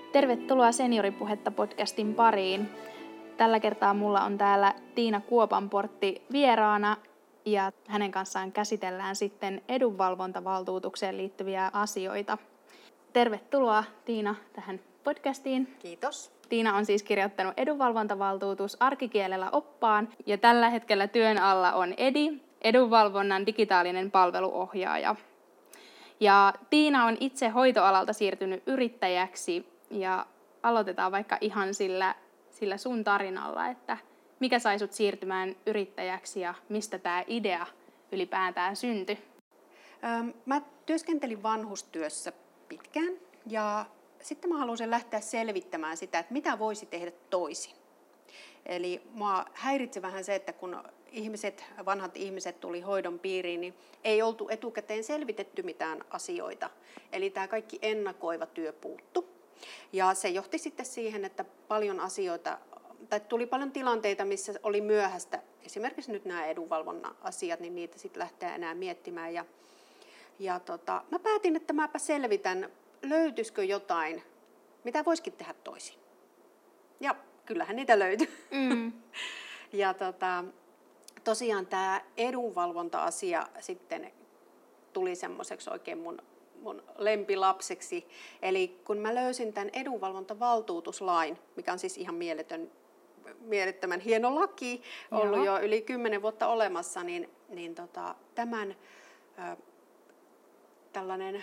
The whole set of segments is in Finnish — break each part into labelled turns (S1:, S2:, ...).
S1: Tervetuloa Senioripuhetta-podcastin pariin. Tällä kertaa mulla on täällä Tiina Kuopanportti vieraana ja hänen kanssaan käsitellään sitten edunvalvontavaltuutukseen liittyviä asioita. Tervetuloa Tiina tähän podcastiin.
S2: Kiitos.
S1: Tiina on siis kirjoittanut edunvalvontavaltuutus arkikielellä oppaan ja tällä hetkellä työn alla on EDI, edunvalvonnan digitaalinen palveluohjaaja. Ja Tiina on itse hoitoalalta siirtynyt yrittäjäksi ja aloitetaan vaikka ihan sillä sun tarinalla, että mikä sai sut siirtymään yrittäjäksi ja mistä tämä idea ylipäätään syntyi?
S2: Mä työskentelin vanhustyössä pitkään ja sitten mä halusin lähteä selvittämään sitä, että mitä voisi tehdä toisin. Eli mua häiritsi vähän se, että kun vanhat ihmiset tuli hoidon piiriin, niin ei oltu etukäteen selvitetty mitään asioita. Eli tämä kaikki ennakoiva työ puuttu. Ja se johti sitten siihen, että tuli paljon tilanteita, missä oli myöhäistä. Esimerkiksi nyt nämä edunvalvonnan asiat, niin niitä sitten lähtee enää miettimään. Mä päätin, että mäpä selvitän, löytyisikö jotain, mitä voisikin tehdä toisin. Ja kyllähän niitä löytyi. Ja tosiaan tämä edunvalvonta-asia sitten tuli semmoiseksi oikein mun lempilapseksi. Eli kun mä löysin tämän edunvalvontavaltuutuslain, mikä on siis ihan mielettömän hieno laki, ollut jo yli 10 vuotta olemassa, niin tämän tällainen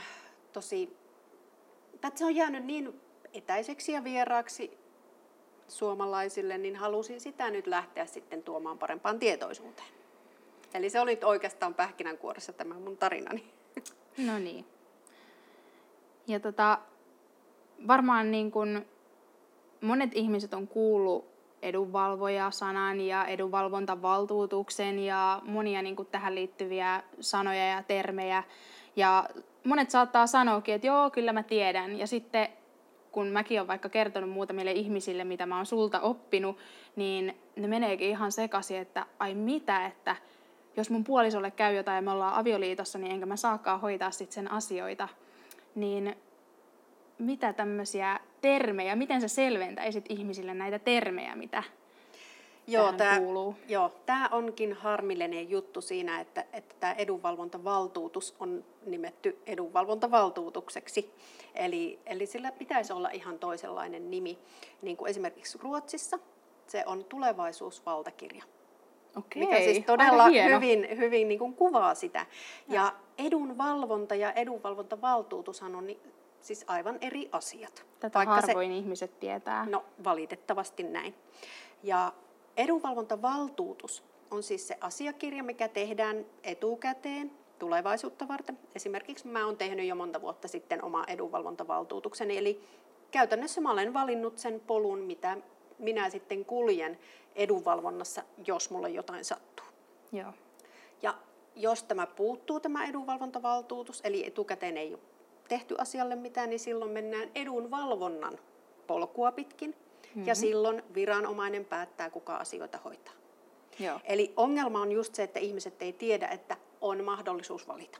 S2: se on jäänyt niin etäiseksi ja vieraaksi suomalaisille, niin halusin sitä nyt lähteä sitten tuomaan parempaan tietoisuuteen. Eli se oli nyt oikeastaan pähkinänkuoressa tämä mun tarinani.
S1: No niin. Ja varmaan niin kun monet ihmiset on kuullut edunvalvoja-sanan ja edunvalvontavaltuutuksen ja monia niin kun tähän liittyviä sanoja ja termejä. Ja monet saattaa sanoakin, että joo, kyllä mä tiedän. Ja sitten kun mäkin olen vaikka kertonut muutamille ihmisille, mitä mä oon sulta oppinut, niin ne meneekin ihan sekaisin, että ai mitä, että jos mun puolisolle käy jotain ja me ollaan avioliitossa, niin enkä mä saakaan hoitaa sit sen asioita. Niin mitä tämmöisiä termejä, miten sä selventäisit ihmisille näitä termejä, mitä tähän kuuluu?
S2: Joo, tämä onkin harmillinen juttu siinä, että tämä edunvalvontavaltuutus on nimetty edunvalvontavaltuutukseksi. Eli sillä pitäisi olla ihan toisenlainen nimi. Niin kuin esimerkiksi Ruotsissa se on tulevaisuusvaltakirja.
S1: Okei,
S2: mikä siis todella hyvin niin kuin kuvaa sitä. Ja edunvalvonta ja edunvalvontavaltuutushan on siis aivan eri asiat.
S1: Tätä harvoin ihmiset tietää.
S2: No valitettavasti näin. Ja edunvalvontavaltuutus on siis se asiakirja, mikä tehdään etukäteen tulevaisuutta varten. Esimerkiksi mä oon tehnyt jo monta vuotta sitten oma edunvalvontavaltuutukseni, eli käytännössä mä olen valinnut sen polun, mitä minä sitten kuljen edunvalvonnassa, jos mulle jotain sattuu.
S1: Joo.
S2: Ja jos tämä edunvalvontavaltuutus, eli etukäteen ei ole tehty asialle mitään, niin silloin mennään edunvalvonnan polkua pitkin. Ja silloin viranomainen päättää, kuka asioita hoitaa.
S1: Joo.
S2: Eli ongelma on just se, että ihmiset ei tiedä, että on mahdollisuus valita.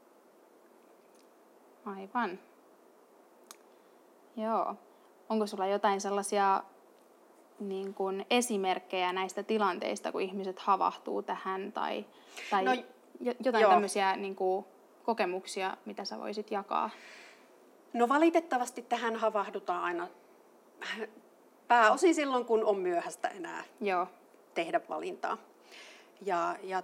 S1: Aivan. Joo. Onko sulla jotain sellaisia niin kuin esimerkkejä näistä tilanteista, kun ihmiset havahtuu tähän tai jotain tämmöisiä niin kuin kokemuksia, mitä sä voisit jakaa?
S2: No valitettavasti tähän havahdutaan aina pääosin silloin, kun on myöhäistä enää tehdä valintaa. Ja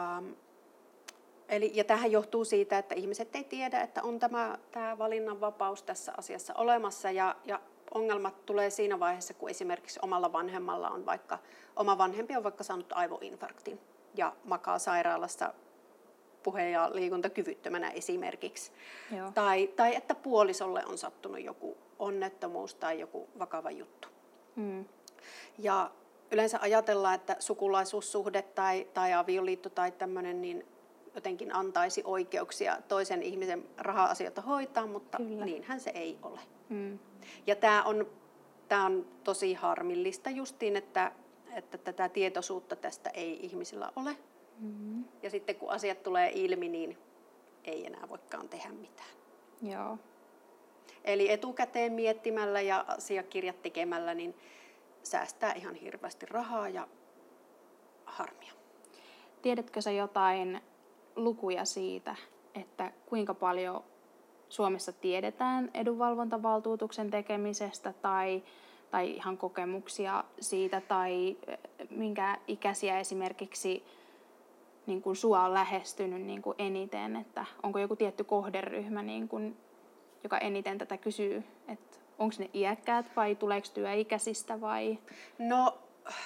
S2: tämähän johtuu siitä, että ihmiset ei tiedä, että on tämä valinnanvapaus tässä asiassa olemassa. Ja ongelmat tulee siinä vaiheessa, kun esimerkiksi oma vanhempi on vaikka saanut aivoinfarktin ja makaa sairaalassa puhe- ja liikuntakyvyttömänä esimerkiksi. Tai että puolisolle on sattunut joku onnettomuus tai joku vakava juttu. Ja yleensä ajatellaan, että sukulaisuussuhde tai avioliitto tai tämmöinen niin jotenkin antaisi oikeuksia toisen ihmisen raha-asioita hoitaa, mutta niinhän se ei ole. Ja tämä on tosi harmillista justiin, että tätä tietoisuutta tästä ei ihmisillä ole. Ja sitten kun asiat tulee ilmi, niin ei enää voikaan tehdä mitään.
S1: Joo.
S2: Eli etukäteen miettimällä ja asiakirjat tekemällä niin säästää ihan hirveästi rahaa ja harmia.
S1: Tiedätkö sä jotain lukuja siitä, että kuinka paljon Suomessa tiedetään edunvalvontavaltuutuksen tekemisestä tai ihan kokemuksia siitä tai minkä ikäisiä esimerkiksi niin kuin sua on lähestynyt niin kuin eniten, että onko joku tietty kohderyhmä, niin kuin, joka eniten tätä kysyy, että onko ne iäkkäät vai tuleeko työikäisistä vai?
S2: No,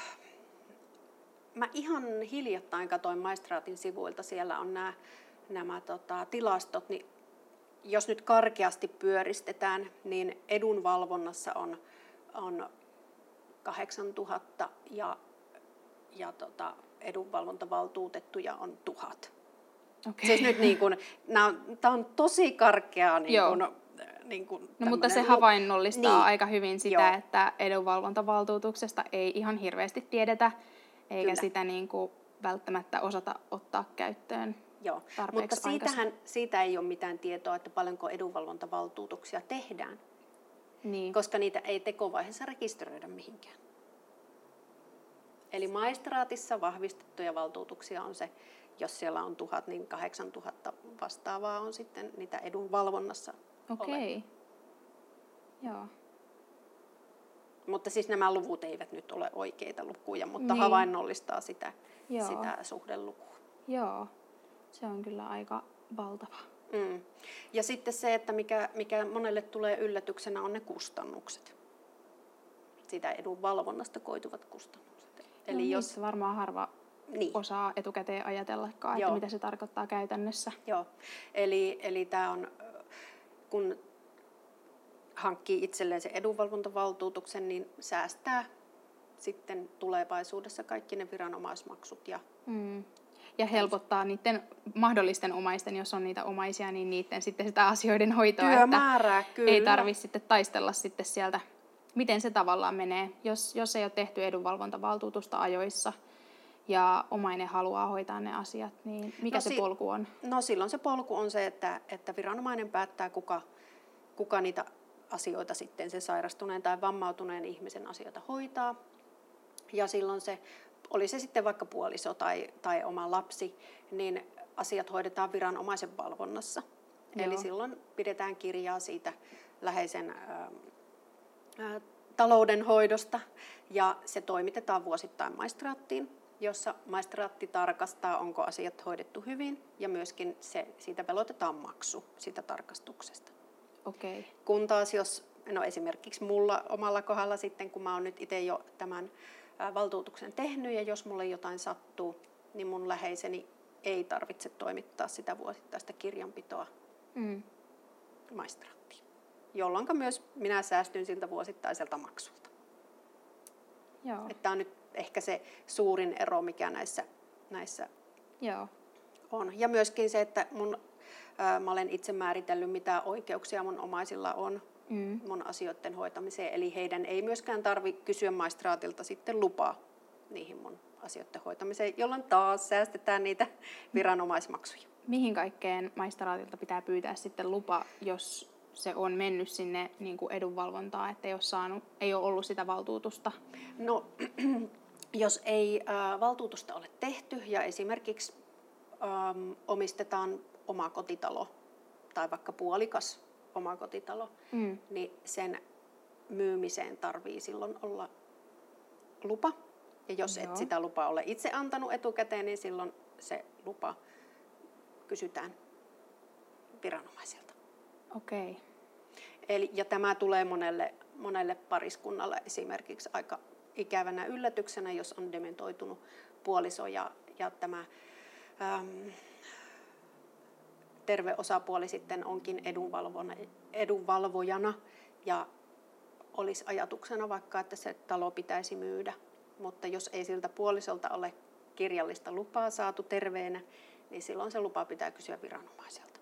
S2: mä ihan hiljattain katsoin maistraatin sivuilta, siellä on nämä tilastot, niin jos nyt karkeasti pyöristetään, niin edunvalvonnassa on 8000 ja edunvalvontavaltuutettuja on 1000.
S1: Okay.
S2: Siis nyt niin kuin, tämä on tosi karkea niin kuin
S1: no, mutta se havainnollistaa
S2: niin,
S1: aika hyvin sitä, että edunvalvontavaltuutuksesta ei ihan hirveästi tiedetä, eikä
S2: kyllä.
S1: sitä niin kuin välttämättä osata ottaa käyttöön.
S2: Joo, mutta siitä ei ole mitään tietoa, että paljonko edunvalvontavaltuutuksia tehdään,
S1: niin.
S2: Koska niitä ei tekovaiheessa rekisteröidä mihinkään. Eli maistraatissa vahvistettuja valtuutuksia on se, jos siellä on 1000, niin 8000 vastaavaa on sitten niitä edunvalvonnassa.
S1: Okei. Joo.
S2: Mutta siis nämä luvut eivät nyt ole oikeita lukuja, mutta
S1: niin.
S2: havainnollistaa sitä suhdelukua.
S1: Joo, se on kyllä aika valtava.
S2: Ja sitten se, että mikä monelle tulee yllätyksenä, on ne kustannukset. Sitä edunvalvonnasta koituvat kustannukset.
S1: Eli jos varmaan harva osaa etukäteen ajatellakaan, että mitä se tarkoittaa käytännössä.
S2: Joo, eli tämä on, kun hankkii itselleen sen edunvalvontavaltuutuksen, niin säästää sitten tulevaisuudessa kaikki ne viranomaismaksut.
S1: Ja helpottaa niiden mahdollisten omaisten, jos on niitä omaisia, niin niiden sitten sitä asioiden hoitoa.
S2: Työmäärää, kyllä.
S1: Ei tarvitse sitten taistella sitten sieltä, miten se tavallaan menee. Jos ei ole tehty edunvalvontavaltuutusta ajoissa ja omainen haluaa hoitaa ne asiat, niin mikä se polku on?
S2: No silloin se polku on se, että viranomainen päättää, kuka niitä asioita sitten sen sairastuneen tai vammautuneen ihmisen asioita hoitaa. Ja silloin oli se sitten vaikka puoliso tai oma lapsi, niin asiat hoidetaan viranomaisen valvonnassa. Joo. Eli silloin pidetään kirjaa siitä läheisen taloudenhoidosta ja se toimitetaan vuosittain maistraattiin, jossa maistraatti tarkastaa, onko asiat hoidettu hyvin ja myöskin siitä veloitetaan maksu siitä tarkastuksesta.
S1: Okay.
S2: Kun taas esimerkiksi mulla omalla kohdalla sitten, kun mä oon nyt itse jo tämän valtuutuksen tehnyt ja jos mulle jotain sattuu, niin mun läheiseni ei tarvitse toimittaa sitä vuosittaista kirjanpitoa maistraattiin, jolloin myös minä säästyn siltä vuosittaiselta maksulta. Tämä on nyt ehkä se suurin ero, mikä näissä on. Ja myöskin se, että mä olen itse määritellyt, mitä oikeuksia mun omaisilla on mun asioiden hoitamiseen. Eli heidän ei myöskään tarvitse kysyä maistraatilta sitten lupaa niihin mun asioiden hoitamiseen, jolloin taas säästetään niitä viranomaismaksuja.
S1: Mihin kaikkeen maistraatilta pitää pyytää sitten lupa, jos se on mennyt sinne niin kuin edunvalvontaan, että ei ole ollut sitä valtuutusta?
S2: No, jos ei valtuutusta ole tehty ja esimerkiksi omistetaan oma kotitalo tai vaikka puolikas oma kotitalo, niin sen myymiseen tarvii silloin olla lupa. Ja jos et sitä lupaa ole itse antanut etukäteen, niin silloin se lupa kysytään viranomaiselta.
S1: Okei.
S2: Ja tämä tulee monelle pariskunnalle esimerkiksi aika ikävänä yllätyksenä, jos on dementoitunut puoliso ja tämä terve osapuoli sitten onkin edunvalvojana ja olisi ajatuksena vaikka, että se talo pitäisi myydä. Mutta jos ei siltä puolisolta ole kirjallista lupaa saatu terveenä, niin silloin se lupa pitää kysyä viranomaiselta.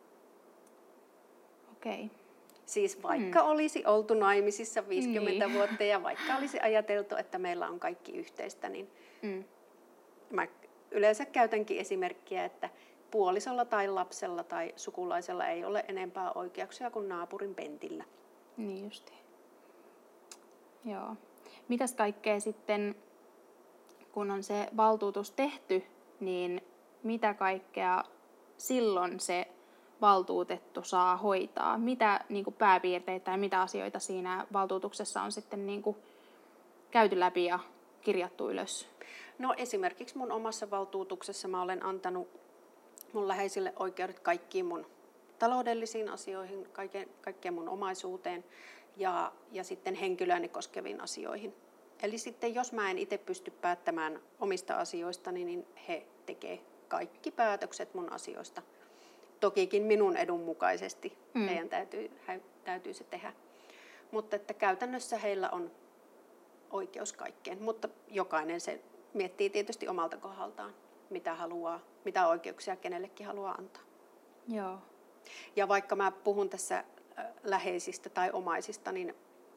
S1: Okei.
S2: Siis vaikka olisi oltu naimisissa 50 vuotta ja vaikka olisi ajateltu, että meillä on kaikki yhteistä, niin mä yleensä käytänkin esimerkkiä, että puolisolla tai lapsella tai sukulaisella ei ole enempää oikeuksia kuin naapurin pentillä.
S1: Niin justiin. Joo. Mitäs kaikkea sitten, kun on se valtuutus tehty, niin mitä kaikkea silloin se valtuutettu saa hoitaa? Mitä niin kuin pääpiirteitä ja mitä asioita siinä valtuutuksessa on sitten niin kuin käyty läpi ja kirjattu ylös?
S2: No esimerkiksi mun omassa valtuutuksessa mä olen antanut mun läheisille oikeudet kaikkiin mun taloudellisiin asioihin, kaikkeen mun omaisuuteen ja sitten henkilöäni koskeviin asioihin. Eli sitten jos mä en itse pysty päättämään omista asioistani, niin he tekee kaikki päätökset mun asioista. Tokikin minun edun mukaisesti. Heidän täytyy se tehdä. Mutta että käytännössä heillä on oikeus kaikkeen. Mutta jokainen se miettii tietysti omalta kohdaltaan, mitä haluaa, mitä oikeuksia kenellekin haluaa antaa.
S1: Joo.
S2: Ja vaikka mä puhun tässä läheisistä tai omaisista, niin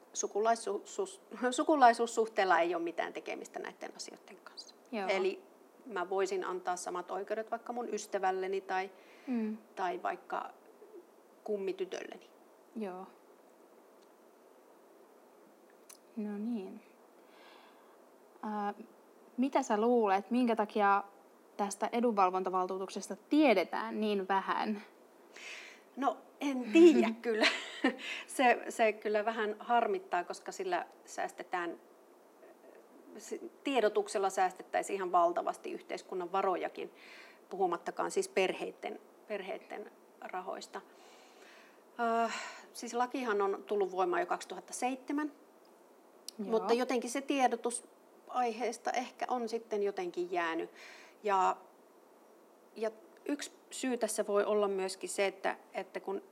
S2: sukulaisuussuhteella ei ole mitään tekemistä näiden asioiden kanssa.
S1: Joo.
S2: Eli mä voisin antaa samat oikeudet vaikka mun ystävälleni tai vaikka kummitytölleni.
S1: Joo. No niin. Mitä sä luulet, minkä takia tästä edunvalvontavaltuutuksesta tiedetään niin vähän?
S2: No en tiedä kyllä. Se kyllä vähän harmittaa, koska sillä tiedotuksella säästettäisiin ihan valtavasti yhteiskunnan varojakin, puhumattakaan siis perheiden rahoista. Siis lakihan on tullut voimaan jo 2007, mutta jotenkin se tiedotus aiheesta ehkä on sitten jotenkin jäänyt. Ja yksi syy tässä voi olla myöskin se, että kun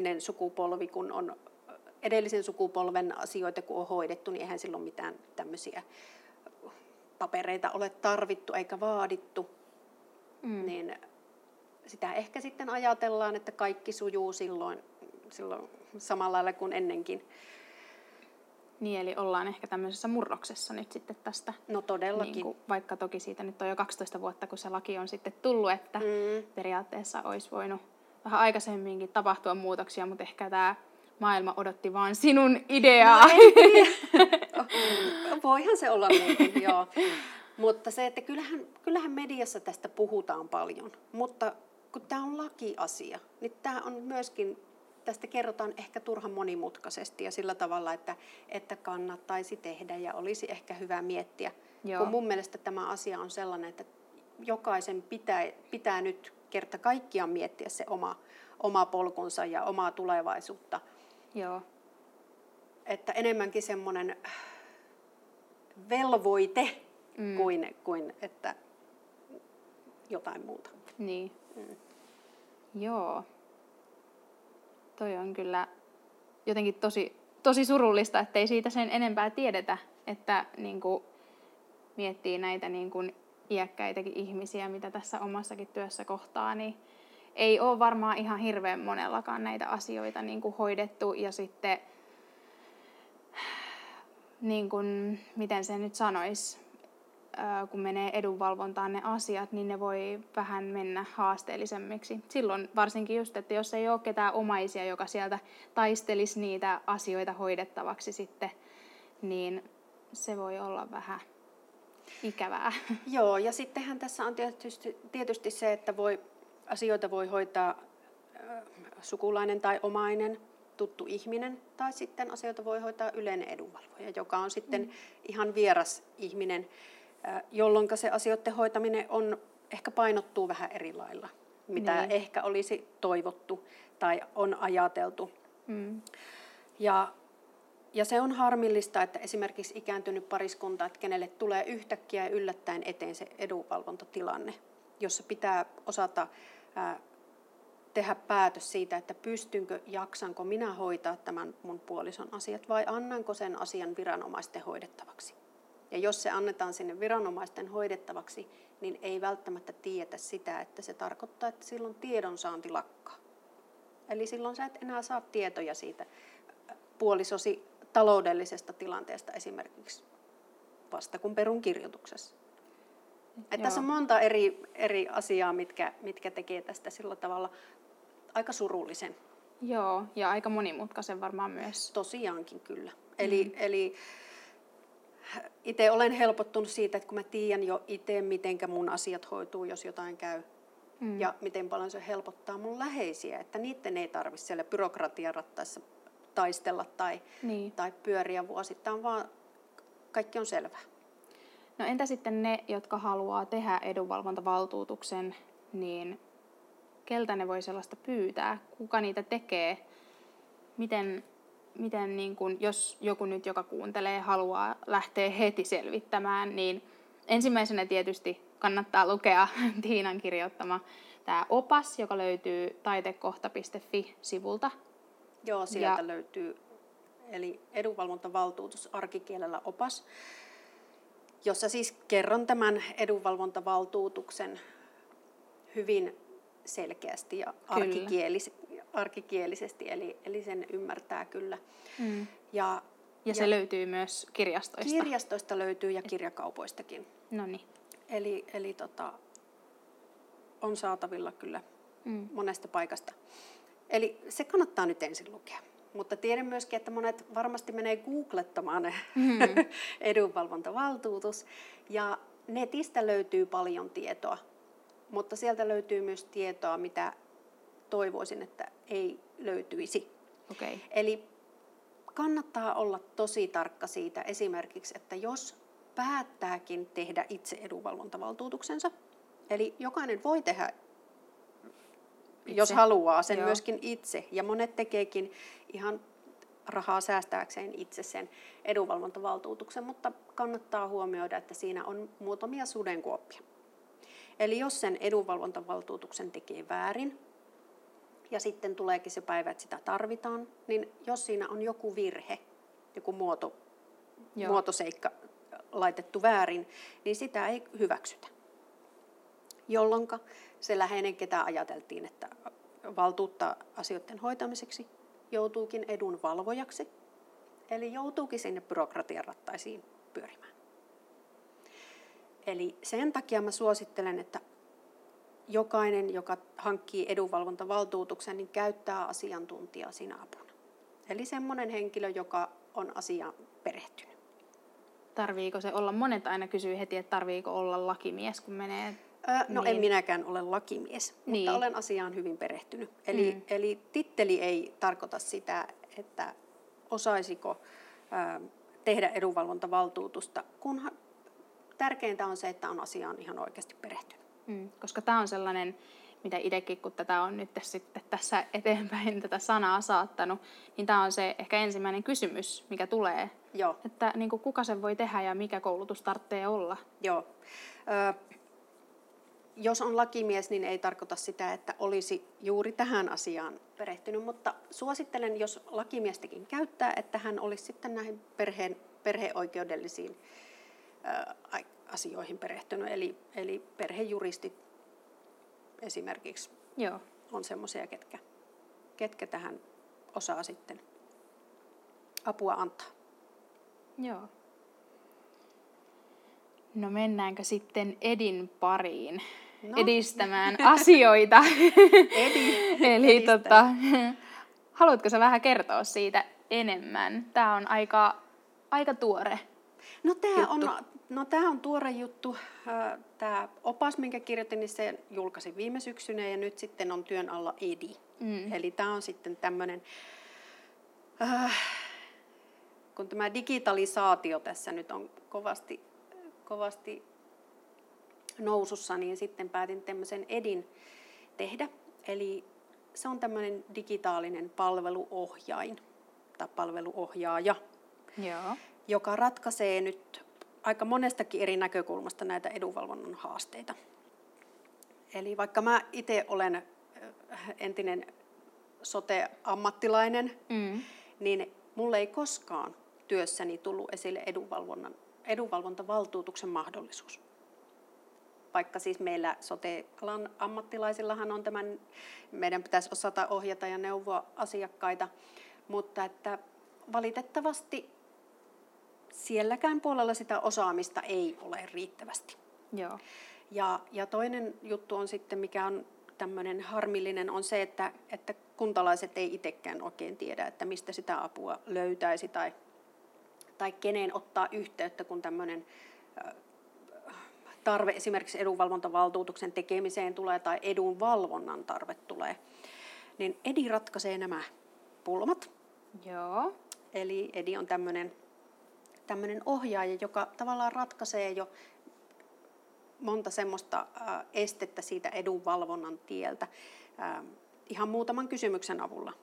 S2: edellisen sukupolven asioita kun on hoidettu, niin eihän silloin mitään tämmöisiä papereita ole tarvittu eikä vaadittu. Niin sitä ehkä sitten ajatellaan, että kaikki sujuu silloin samalla lailla kuin ennenkin.
S1: Niin, eli ollaan ehkä tämmöisessä murroksessa nyt sitten tästä.
S2: No todellakin.
S1: Niin kuin, vaikka toki siitä nyt on jo 12 vuotta, kun se laki on sitten tullut, että periaatteessa olisi voinut vähän aikaisemminkin tapahtua muutoksia, mutta ehkä tämä maailma odotti vaan sinun ideaa.
S2: No, voihan se olla niinkin, joo. Mutta se, että kyllähän mediassa tästä puhutaan paljon, mutta kun tämä on lakiasia, niin tämä on myöskin, tästä kerrotaan ehkä turhan monimutkaisesti ja sillä tavalla, että kannattaisi tehdä ja olisi ehkä hyvä miettiä. Kun mun mielestä tämä asia on sellainen, että jokaisen pitää nyt kerta kaikkiaan miettiä se oma polkunsa ja omaa tulevaisuutta.
S1: Joo.
S2: Että enemmänkin semmoinen velvoite kuin että jotain muuta.
S1: Niin. Joo. Toi on kyllä jotenkin tosi surullista, ettei siitä sen enempää tiedetä, että niin kuin miettii näitä niin kuin iäkkäitäkin ihmisiä, mitä tässä omassakin työssä kohtaa, niin ei ole varmaan ihan hirveän monellakaan näitä asioita niin kuin hoidettu. Ja sitten, niin kuin, miten se nyt sanoisi, kun menee edunvalvontaan ne asiat, niin ne voi vähän mennä haasteellisemmiksi. Silloin varsinkin just, että jos ei ole ketään omaisia, joka sieltä taistelisi niitä asioita hoidettavaksi sitten, niin se voi olla vähän ikävää.
S2: Joo, ja sittenhän tässä on tietysti se, että asioita voi hoitaa sukulainen tai omainen, tuttu ihminen, tai sitten asioita voi hoitaa yleinen edunvalvoja, joka on sitten ihan vieras ihminen, jolloin se asioiden hoitaminen ehkä painottuu vähän eri lailla, mitä ehkä olisi toivottu tai on ajateltu. Ja se on harmillista, että esimerkiksi ikääntynyt pariskunta, että kenelle tulee yhtäkkiä yllättäen eteen se edunvalvontatilanne, jossa pitää osata tehdä päätös siitä, että jaksanko minä hoitaa tämän mun puolison asiat vai annanko sen asian viranomaisten hoidettavaksi. Ja jos se annetaan sinne viranomaisten hoidettavaksi, niin ei välttämättä tiedetä sitä, että se tarkoittaa, että silloin tiedonsaanti lakkaa. Eli silloin sä et enää saa tietoja siitä puolisosi taloudellisesta tilanteesta esimerkiksi vasta kun perunkirjoituksessa. Tässä on monta eri asiaa, mitkä tekee tästä sillä tavalla aika surullisen.
S1: Joo, ja aika monimutkaisen varmaan myös.
S2: Tosiaankin kyllä. Eli itse olen helpottunut siitä, että kun mä tiedän jo itse, mitenkä mun asiat hoituu, jos jotain käy. Ja miten paljon se helpottaa mun läheisiä, että niiden ei tarvitse siellä byrokratiarattaissa taistella tai pyöriä vuosittain, vaan kaikki on selvää.
S1: No entä sitten ne, jotka haluaa tehdä edunvalvontavaltuutuksen, niin keltä ne voi sellaista pyytää? Kuka niitä tekee? Miten niin kun, jos joku nyt, joka kuuntelee, haluaa lähteä heti selvittämään, niin ensimmäisenä tietysti kannattaa lukea Tiinan kirjoittama tämä opas, joka löytyy taitekohta.fi-sivulta.
S2: Joo, sieltä löytyy, eli edunvalvontavaltuutus arkikielellä opas, jossa siis kerron tämän edunvalvontavaltuutuksen hyvin selkeästi ja arkikielisesti, eli sen ymmärtää kyllä.
S1: Ja se löytyy myös kirjastoista.
S2: Kirjastoista löytyy ja kirjakaupoistakin.
S1: Noniin.
S2: Eli on saatavilla kyllä monesta paikasta. Eli se kannattaa nyt ensin lukea. Mutta tiedän myöskin, että monet varmasti menee googlettamaan edunvalvontavaltuutus. Ja netistä löytyy paljon tietoa, mutta sieltä löytyy myös tietoa, mitä toivoisin, että ei löytyisi.
S1: Okay.
S2: Eli kannattaa olla tosi tarkka siitä esimerkiksi, että jos päättääkin tehdä itse edunvalvontavaltuutuksensa, eli jokainen voi tehdä, jos haluaa, sen myöskin itse. Ja monet tekeekin ihan rahaa säästääkseen itse sen edunvalvontavaltuutuksen, mutta kannattaa huomioida, että siinä on muutamia sudenkuoppia. Eli jos sen edunvalvontavaltuutuksen tekee väärin, ja sitten tuleekin se päivä, että sitä tarvitaan, niin jos siinä on joku virhe, joku muotoseikka laitettu väärin, niin sitä ei hyväksytä. Jolloin se läheinen, ketä ajateltiin, että valtuuttaa asioiden hoitamiseksi, joutuukin edunvalvojaksi, eli joutuukin sinne byrokratian rattaisiin pyörimään. Eli sen takia mä suosittelen, että jokainen, joka hankkii edunvalvontavaltuutuksen, niin käyttää asiantuntijaa siinä apuna. Eli semmoinen henkilö, joka on asiaan perehtynyt.
S1: Tarviiko se olla? Monet aina kysyy heti, että tarviiko olla lakimies, kun menee...
S2: No en minäkään ole lakimies, mutta olen asiaan hyvin perehtynyt. Eli titteli ei tarkoita sitä, että osaisiko tehdä edunvalvontavaltuutusta, kunhan tärkeintä on se, että on asiaan ihan oikeasti perehtynyt.
S1: Koska tämä on sellainen, mitä itsekin, kun tätä on nyt sitten tässä eteenpäin tätä sanaa saattanut, niin tämä on se ehkä ensimmäinen kysymys, mikä tulee.
S2: Joo.
S1: Että niin kuin, kuka sen voi tehdä ja mikä koulutus tarvitsee olla.
S2: Joo. Jos on lakimies, niin ei tarkoita sitä, että olisi juuri tähän asiaan perehtynyt, mutta suosittelen, jos lakimiestäkin käyttää, että hän olisi sitten näihin perheoikeudellisiin asioihin perehtynyt, eli perhejuristit esimerkiksi on semmoisia, ketkä tähän osaa sitten apua antaa.
S1: Joo. No mennäänkö sitten Edin pariin edistämään asioita? Eli haluatko sä vähän kertoa siitä enemmän? Tämä on aika tuore
S2: Tämä on tuore juttu. Tämä opas, minkä kirjoitin, niin se julkaisin viime syksynä ja nyt sitten on työn alla Edi. Eli tämä on sitten tämmöinen, kun tämä digitalisaatio tässä nyt on kovasti nousussa, niin sitten päätin tämmöisen Edin tehdä. Eli se on tämmöinen digitaalinen palveluohjain tai palveluohjaaja, joka ratkaisee nyt aika monestakin eri näkökulmasta näitä edunvalvonnan haasteita. Eli vaikka mä itse olen entinen sote-ammattilainen, niin mulle ei koskaan työssäni tullut esille edunvalvontavaltuutuksen mahdollisuus. Vaikka siis meillä sote-alan ammattilaisillahan on tämän, meidän pitäisi osata ohjata ja neuvoa asiakkaita, mutta että valitettavasti sielläkään puolella sitä osaamista ei ole riittävästi.
S1: Joo.
S2: Ja toinen juttu on sitten, mikä on tämmöinen harmillinen, on se, että kuntalaiset ei itsekään oikein tiedä, että mistä sitä apua löytäisi tai keneen ottaa yhteyttä, kun tämmöinen tarve esimerkiksi edunvalvontavaltuutuksen tekemiseen tulee tai edunvalvonnan tarve tulee. Niin EDI ratkaisee nämä pulmat.
S1: Joo.
S2: Eli EDI on tämmöinen ohjaaja, joka tavallaan ratkaisee jo monta semmoista estettä siitä edunvalvonnan tieltä ihan muutaman kysymyksen avulla.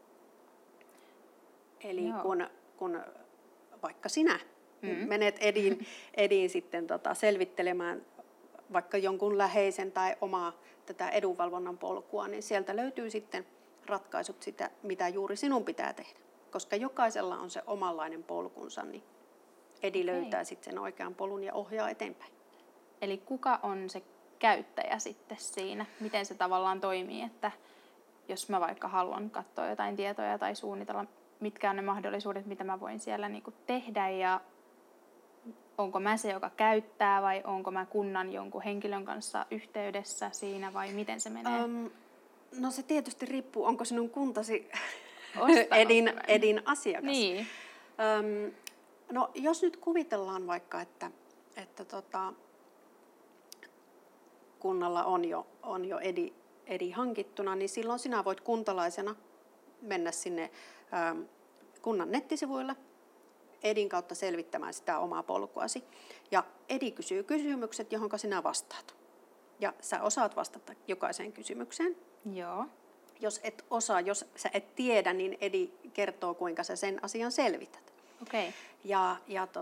S2: Eli kun vaikka sinä menet EDIin sitten selvittelemään vaikka jonkun läheisen tai omaa tätä edunvalvonnan polkua, niin sieltä löytyy sitten ratkaisut sitä, mitä juuri sinun pitää tehdä. Koska jokaisella on se omanlainen polkunsa, niin EDI löytää sitten sen oikean polun ja ohjaa eteenpäin.
S1: Eli kuka on se käyttäjä sitten siinä? Miten se tavallaan toimii, että jos mä vaikka haluan katsoa jotain tietoja tai suunnitella, mitkä on ne mahdollisuudet, mitä mä voin siellä niinku tehdä ja onko mä se, joka käyttää vai onko mä kunnan jonkun henkilön kanssa yhteydessä siinä vai miten se menee?
S2: No se tietysti riippuu, onko sinun kuntasi EDin asiakas.
S1: Niin.
S2: No jos nyt kuvitellaan vaikka, että kunnalla on jo EDI hankittuna, niin silloin sinä voit kuntalaisena mennä sinne kunnan nettisivuille EDin kautta selvittämään sitä omaa polkuasi. Ja EDI kysyy kysymykset, johon sinä vastaat. Ja sä osaat vastata jokaiseen kysymykseen.
S1: Joo.
S2: Jos et osaa, jos sä et tiedä, niin EDI kertoo, kuinka sä sen asian selvität.
S1: Okei.
S2: Ja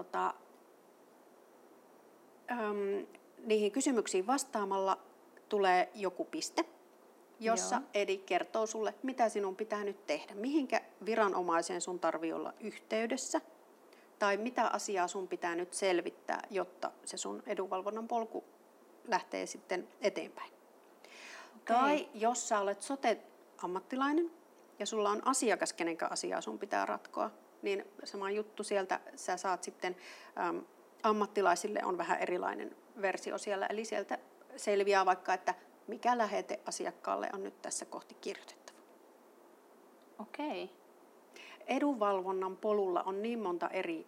S2: niihin kysymyksiin vastaamalla tulee joku piste, jossa EDI kertoo sulle, mitä sinun pitää nyt tehdä. Mihinkä viranomaiseen sun tarvii olla yhteydessä tai mitä asiaa sun pitää nyt selvittää, jotta se sun edunvalvonnan polku lähtee sitten eteenpäin. Okay. Tai jos sä olet sote-ammattilainen ja sulla on asiakas, kenenkä asiaa sun pitää ratkoa, niin sama juttu sieltä sä saat sitten, ammattilaisille on vähän erilainen versio siellä, eli sieltä selviää vaikka, että mikä lähete asiakkaalle on nyt tässä kohti kirjoitettava.
S1: Okei.
S2: Edunvalvonnan polulla on niin monta eri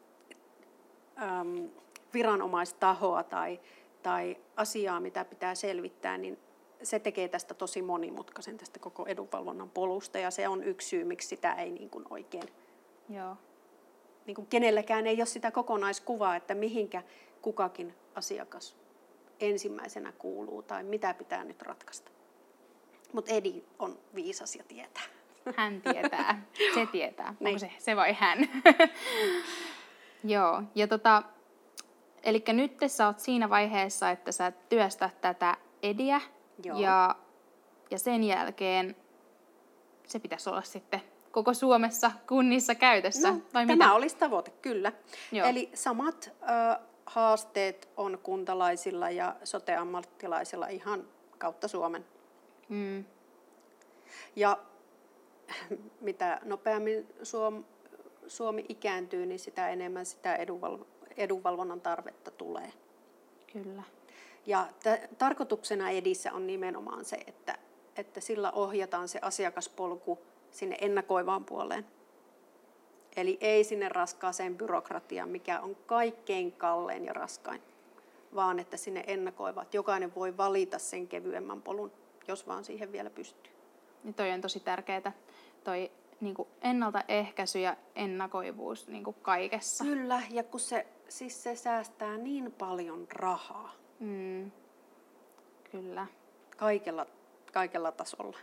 S2: viranomaistahoa tai asiaa, mitä pitää selvittää, niin se tekee tästä tosi monimutkaisen tästä koko edunvalvonnan polusta, ja se on yksi syy, miksi sitä ei niin kuin oikein, niin kuin kenelläkään ei ole sitä kokonaiskuvaa, että mihinkä kukakin asiakas ensimmäisenä kuuluu tai mitä pitää nyt ratkaista. Mutta EDI on viisas ja tietää.
S1: Hän tietää. Se tietää.
S2: Niin.
S1: Onko se vai hän? Joo. Ja eli nyt sä oot siinä vaiheessa, että sä työstät tätä EDIä.
S2: Joo.
S1: Ja sen jälkeen se pitäisi olla sitten koko Suomessa kunnissa käytössä.
S2: No,
S1: vai
S2: tämä
S1: mitä?
S2: olisi tavoite, kyllä.
S1: Joo.
S2: Eli samat haasteet on kuntalaisilla ja sote-ammattilaisilla ihan kautta Suomen. Ja mitä nopeammin Suomi ikääntyy, niin sitä enemmän sitä edunvalvonnan tarvetta tulee.
S1: Kyllä.
S2: Ja tarkoituksena EDissä on nimenomaan se, että sillä ohjataan se asiakaspolku sinne ennakoivaan puoleen. Eli ei sinne raskaaseen byrokratiaan, mikä on kaikkein kallein ja raskain, vaan että sinne ennakoivaan. Jokainen voi valita sen kevyemmän polun, jos vaan siihen vielä pystyy.
S1: Ja toi on tosi tärkeää, toi niinku ennaltaehkäisy ja ennakoivuus niinku kaikessa.
S2: Kyllä, ja kun se säästää niin paljon rahaa.
S1: Kyllä.
S2: Kaikella tasolla.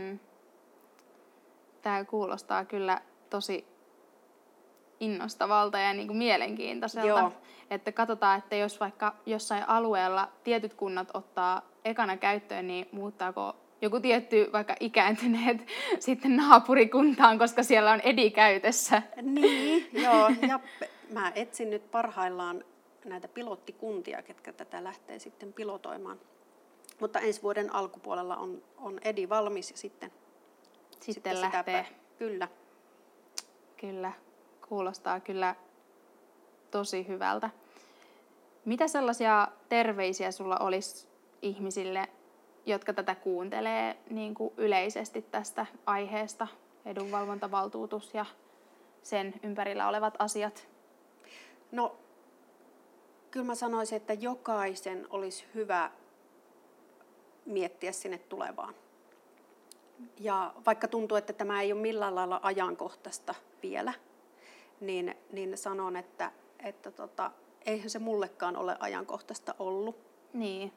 S1: Tämä kuulostaa kyllä tosi innostavalta ja niinku mielenkiintoiselta.
S2: Joo.
S1: Että katsotaan, että jos vaikka jossain alueella tietyt kunnat ottaa ekana käyttöön, niin muuttaako joku tietty vaikka ikääntyneet sitten naapurikuntaan, koska siellä on EDI käytössä.
S2: Niin, joo. Ja mä etsin nyt parhaillaan näitä pilottikuntia, ketkä tätä lähtee sitten pilotoimaan. Mutta ensi vuoden alkupuolella on EDI valmis ja sitten
S1: lähtee.
S2: Kyllä.
S1: Kyllä, kuulostaa kyllä tosi hyvältä. Mitä sellaisia terveisiä sulla olisi ihmisille, jotka tätä kuuntelee niin kuin yleisesti tästä aiheesta, edunvalvontavaltuutus ja sen ympärillä olevat asiat?
S2: No, kyllä mä sanoisin, että jokaisen olisi hyvä miettiä sinne tulevaan. Ja vaikka tuntuu, että tämä ei ole millään lailla ajankohtaista vielä, niin sanon, että eihän se mullekaan ole ajankohtaista ollut.
S1: Niin.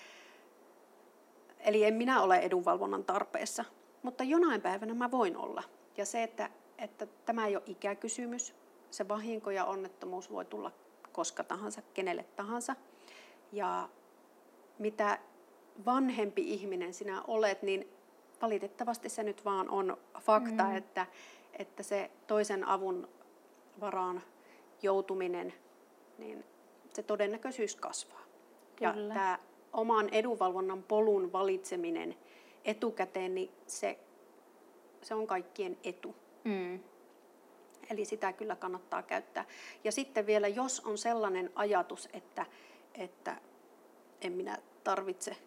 S2: Eli en minä ole edunvalvonnan tarpeessa, mutta jonain päivänä mä voin olla. Ja se, että tämä ei ole ikäkysymys, se vahinko ja onnettomuus voi tulla koska tahansa, kenelle tahansa. Ja mitä vanhempi ihminen sinä olet, niin valitettavasti se nyt vaan on fakta, että se toisen avun varaan joutuminen, niin se todennäköisyys kasvaa.
S1: Kyllä.
S2: Ja tämä oman edunvalvonnan polun valitseminen etukäteen, niin se on kaikkien etu. Eli sitä kyllä kannattaa käyttää. Ja sitten vielä, jos on sellainen ajatus, että en minä tarvitse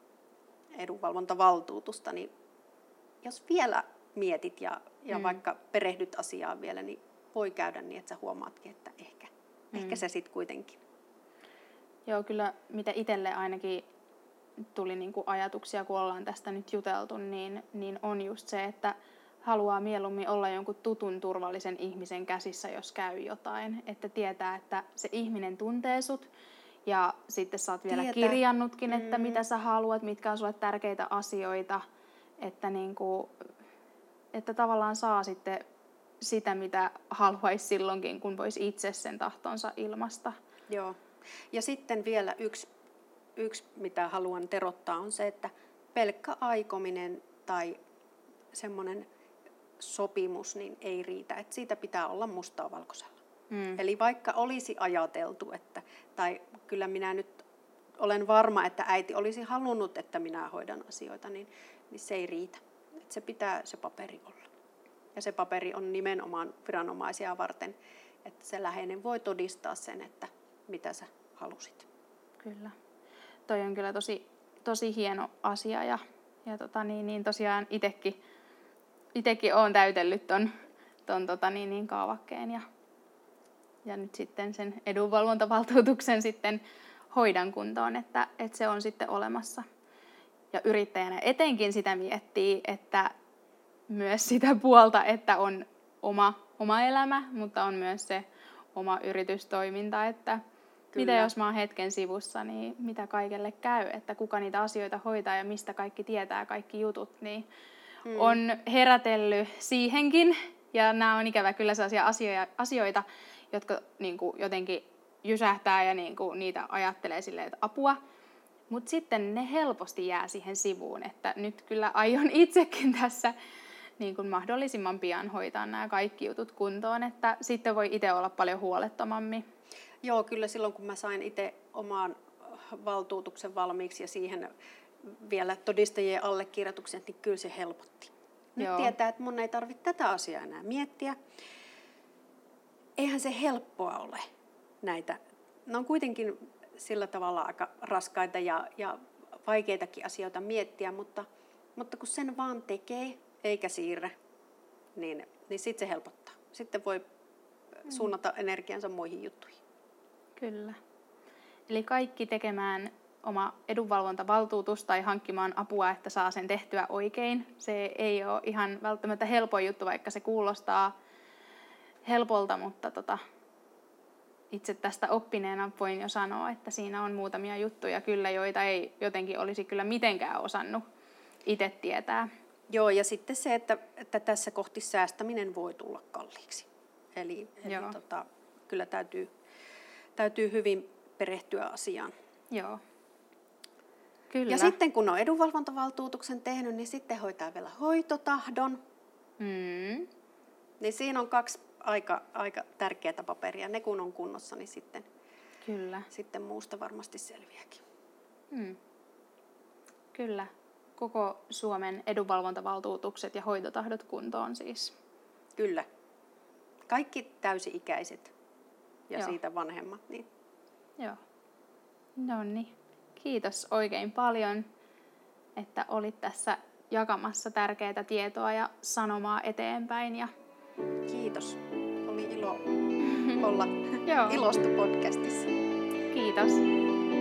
S2: edunvalvontavaltuutusta, niin jos vielä mietit ja vaikka perehdyt asiaan vielä, niin voi käydä niin, että sä huomaatkin, että ehkä se sitten kuitenkin.
S1: Joo, kyllä mitä itselle ainakin tuli niinku ajatuksia, kun ollaan tästä nyt juteltu, niin on just se, että haluaa mieluummin olla jonkun tutun turvallisen ihmisen käsissä, jos käy jotain. Että tietää, että se ihminen tuntee sut ja sitten sä oot vielä kirjannutkin, että mitä sä haluat, mitkä on sulle tärkeitä asioita. Että, että tavallaan saa sitten sitä, mitä haluaisi silloinkin, kun voisi itse sen tahtonsa ilmaista.
S2: Joo. Ja sitten vielä yksi, mitä haluan terottaa, on se, että pelkkä aikominen tai semmoinen sopimus niin ei riitä. Että siitä pitää olla mustaa valkoisella. Eli vaikka olisi ajateltu, tai kyllä minä nyt olen varma, että äiti olisi halunnut, että minä hoidan asioita, niin se ei riitä. Että se pitää se paperi olla. Ja se paperi on nimenomaan viranomaisia varten, että se läheinen voi todistaa sen, että mitä sä halusit.
S1: Kyllä. Toi on kyllä tosi hieno asia ja tosiaan itekin olen täytellyt ton kaavakkeen ja nyt sitten sen edunvalvontavaltuutuksen sitten hoidan kuntoon, että se on sitten olemassa. Ja yrittäjänä etenkin sitä miettii, että myös sitä puolta, että on oma elämä, mutta on myös se oma yritystoiminta, että mitä jos mä oon hetken sivussa, niin mitä kaikelle käy, että kuka niitä asioita hoitaa ja mistä kaikki tietää, kaikki jutut, niin on herätellyt siihenkin. Ja nämä on ikävä kyllä sellaisia asioita, jotka jotenkin jysähtää ja niitä ajattelee silleen, että apua. Mutta sitten ne helposti jää siihen sivuun, että nyt kyllä aion itsekin tässä mahdollisimman pian hoitaa nämä kaikki jutut kuntoon, että sitten voi itse olla paljon huolettomammin.
S2: Joo, kyllä silloin kun mä sain itse oman valtuutuksen valmiiksi ja siihen vielä todistajien allekirjoituksen, niin kyllä se helpotti. Nyt tietää, että mun ei tarvitse tätä asiaa enää miettiä. Eihän se helppoa ole näitä. Ne on kuitenkin sillä tavalla aika raskaita ja vaikeitakin asioita miettiä, mutta kun sen vaan tekee eikä siirrä, niin sitten se helpottaa. Sitten voi suunnata energiansa muihin juttuihin.
S1: Kyllä. Eli kaikki tekemään oma edunvalvontavaltuutus tai hankkimaan apua, että saa sen tehtyä oikein. Se ei ole ihan välttämättä helpoin juttu, vaikka se kuulostaa helpolta, mutta itse tästä oppineena voin jo sanoa, että siinä on muutamia juttuja kyllä, joita ei jotenkin olisi kyllä mitenkään osannut itse tietää.
S2: Joo, ja sitten se, että tässä kohti säästäminen voi tulla kalliiksi. Eli kyllä täytyy hyvin perehtyä asiaan.
S1: Joo. Kyllä.
S2: Ja sitten kun on edunvalvontavaltuutuksen tehnyt, niin sitten hoitaa vielä hoitotahdon. Niin siinä on 2 aika tärkeää paperia. Ne kun on kunnossa, niin sitten muusta varmasti selviääkin.
S1: Kyllä. Koko Suomen edunvalvontavaltuutukset ja hoitotahdot kuntoon siis.
S2: Kyllä. Kaikki täysi-ikäiset ja siitä vanhemmat. Niin.
S1: Joo. No niin. Kiitos oikein paljon, että olit tässä jakamassa tärkeää tietoa ja sanomaa eteenpäin. Ja...
S2: Kiitos. Oli ilo olla
S1: Joo.
S2: Ilostu podcastissa.
S1: Kiitos.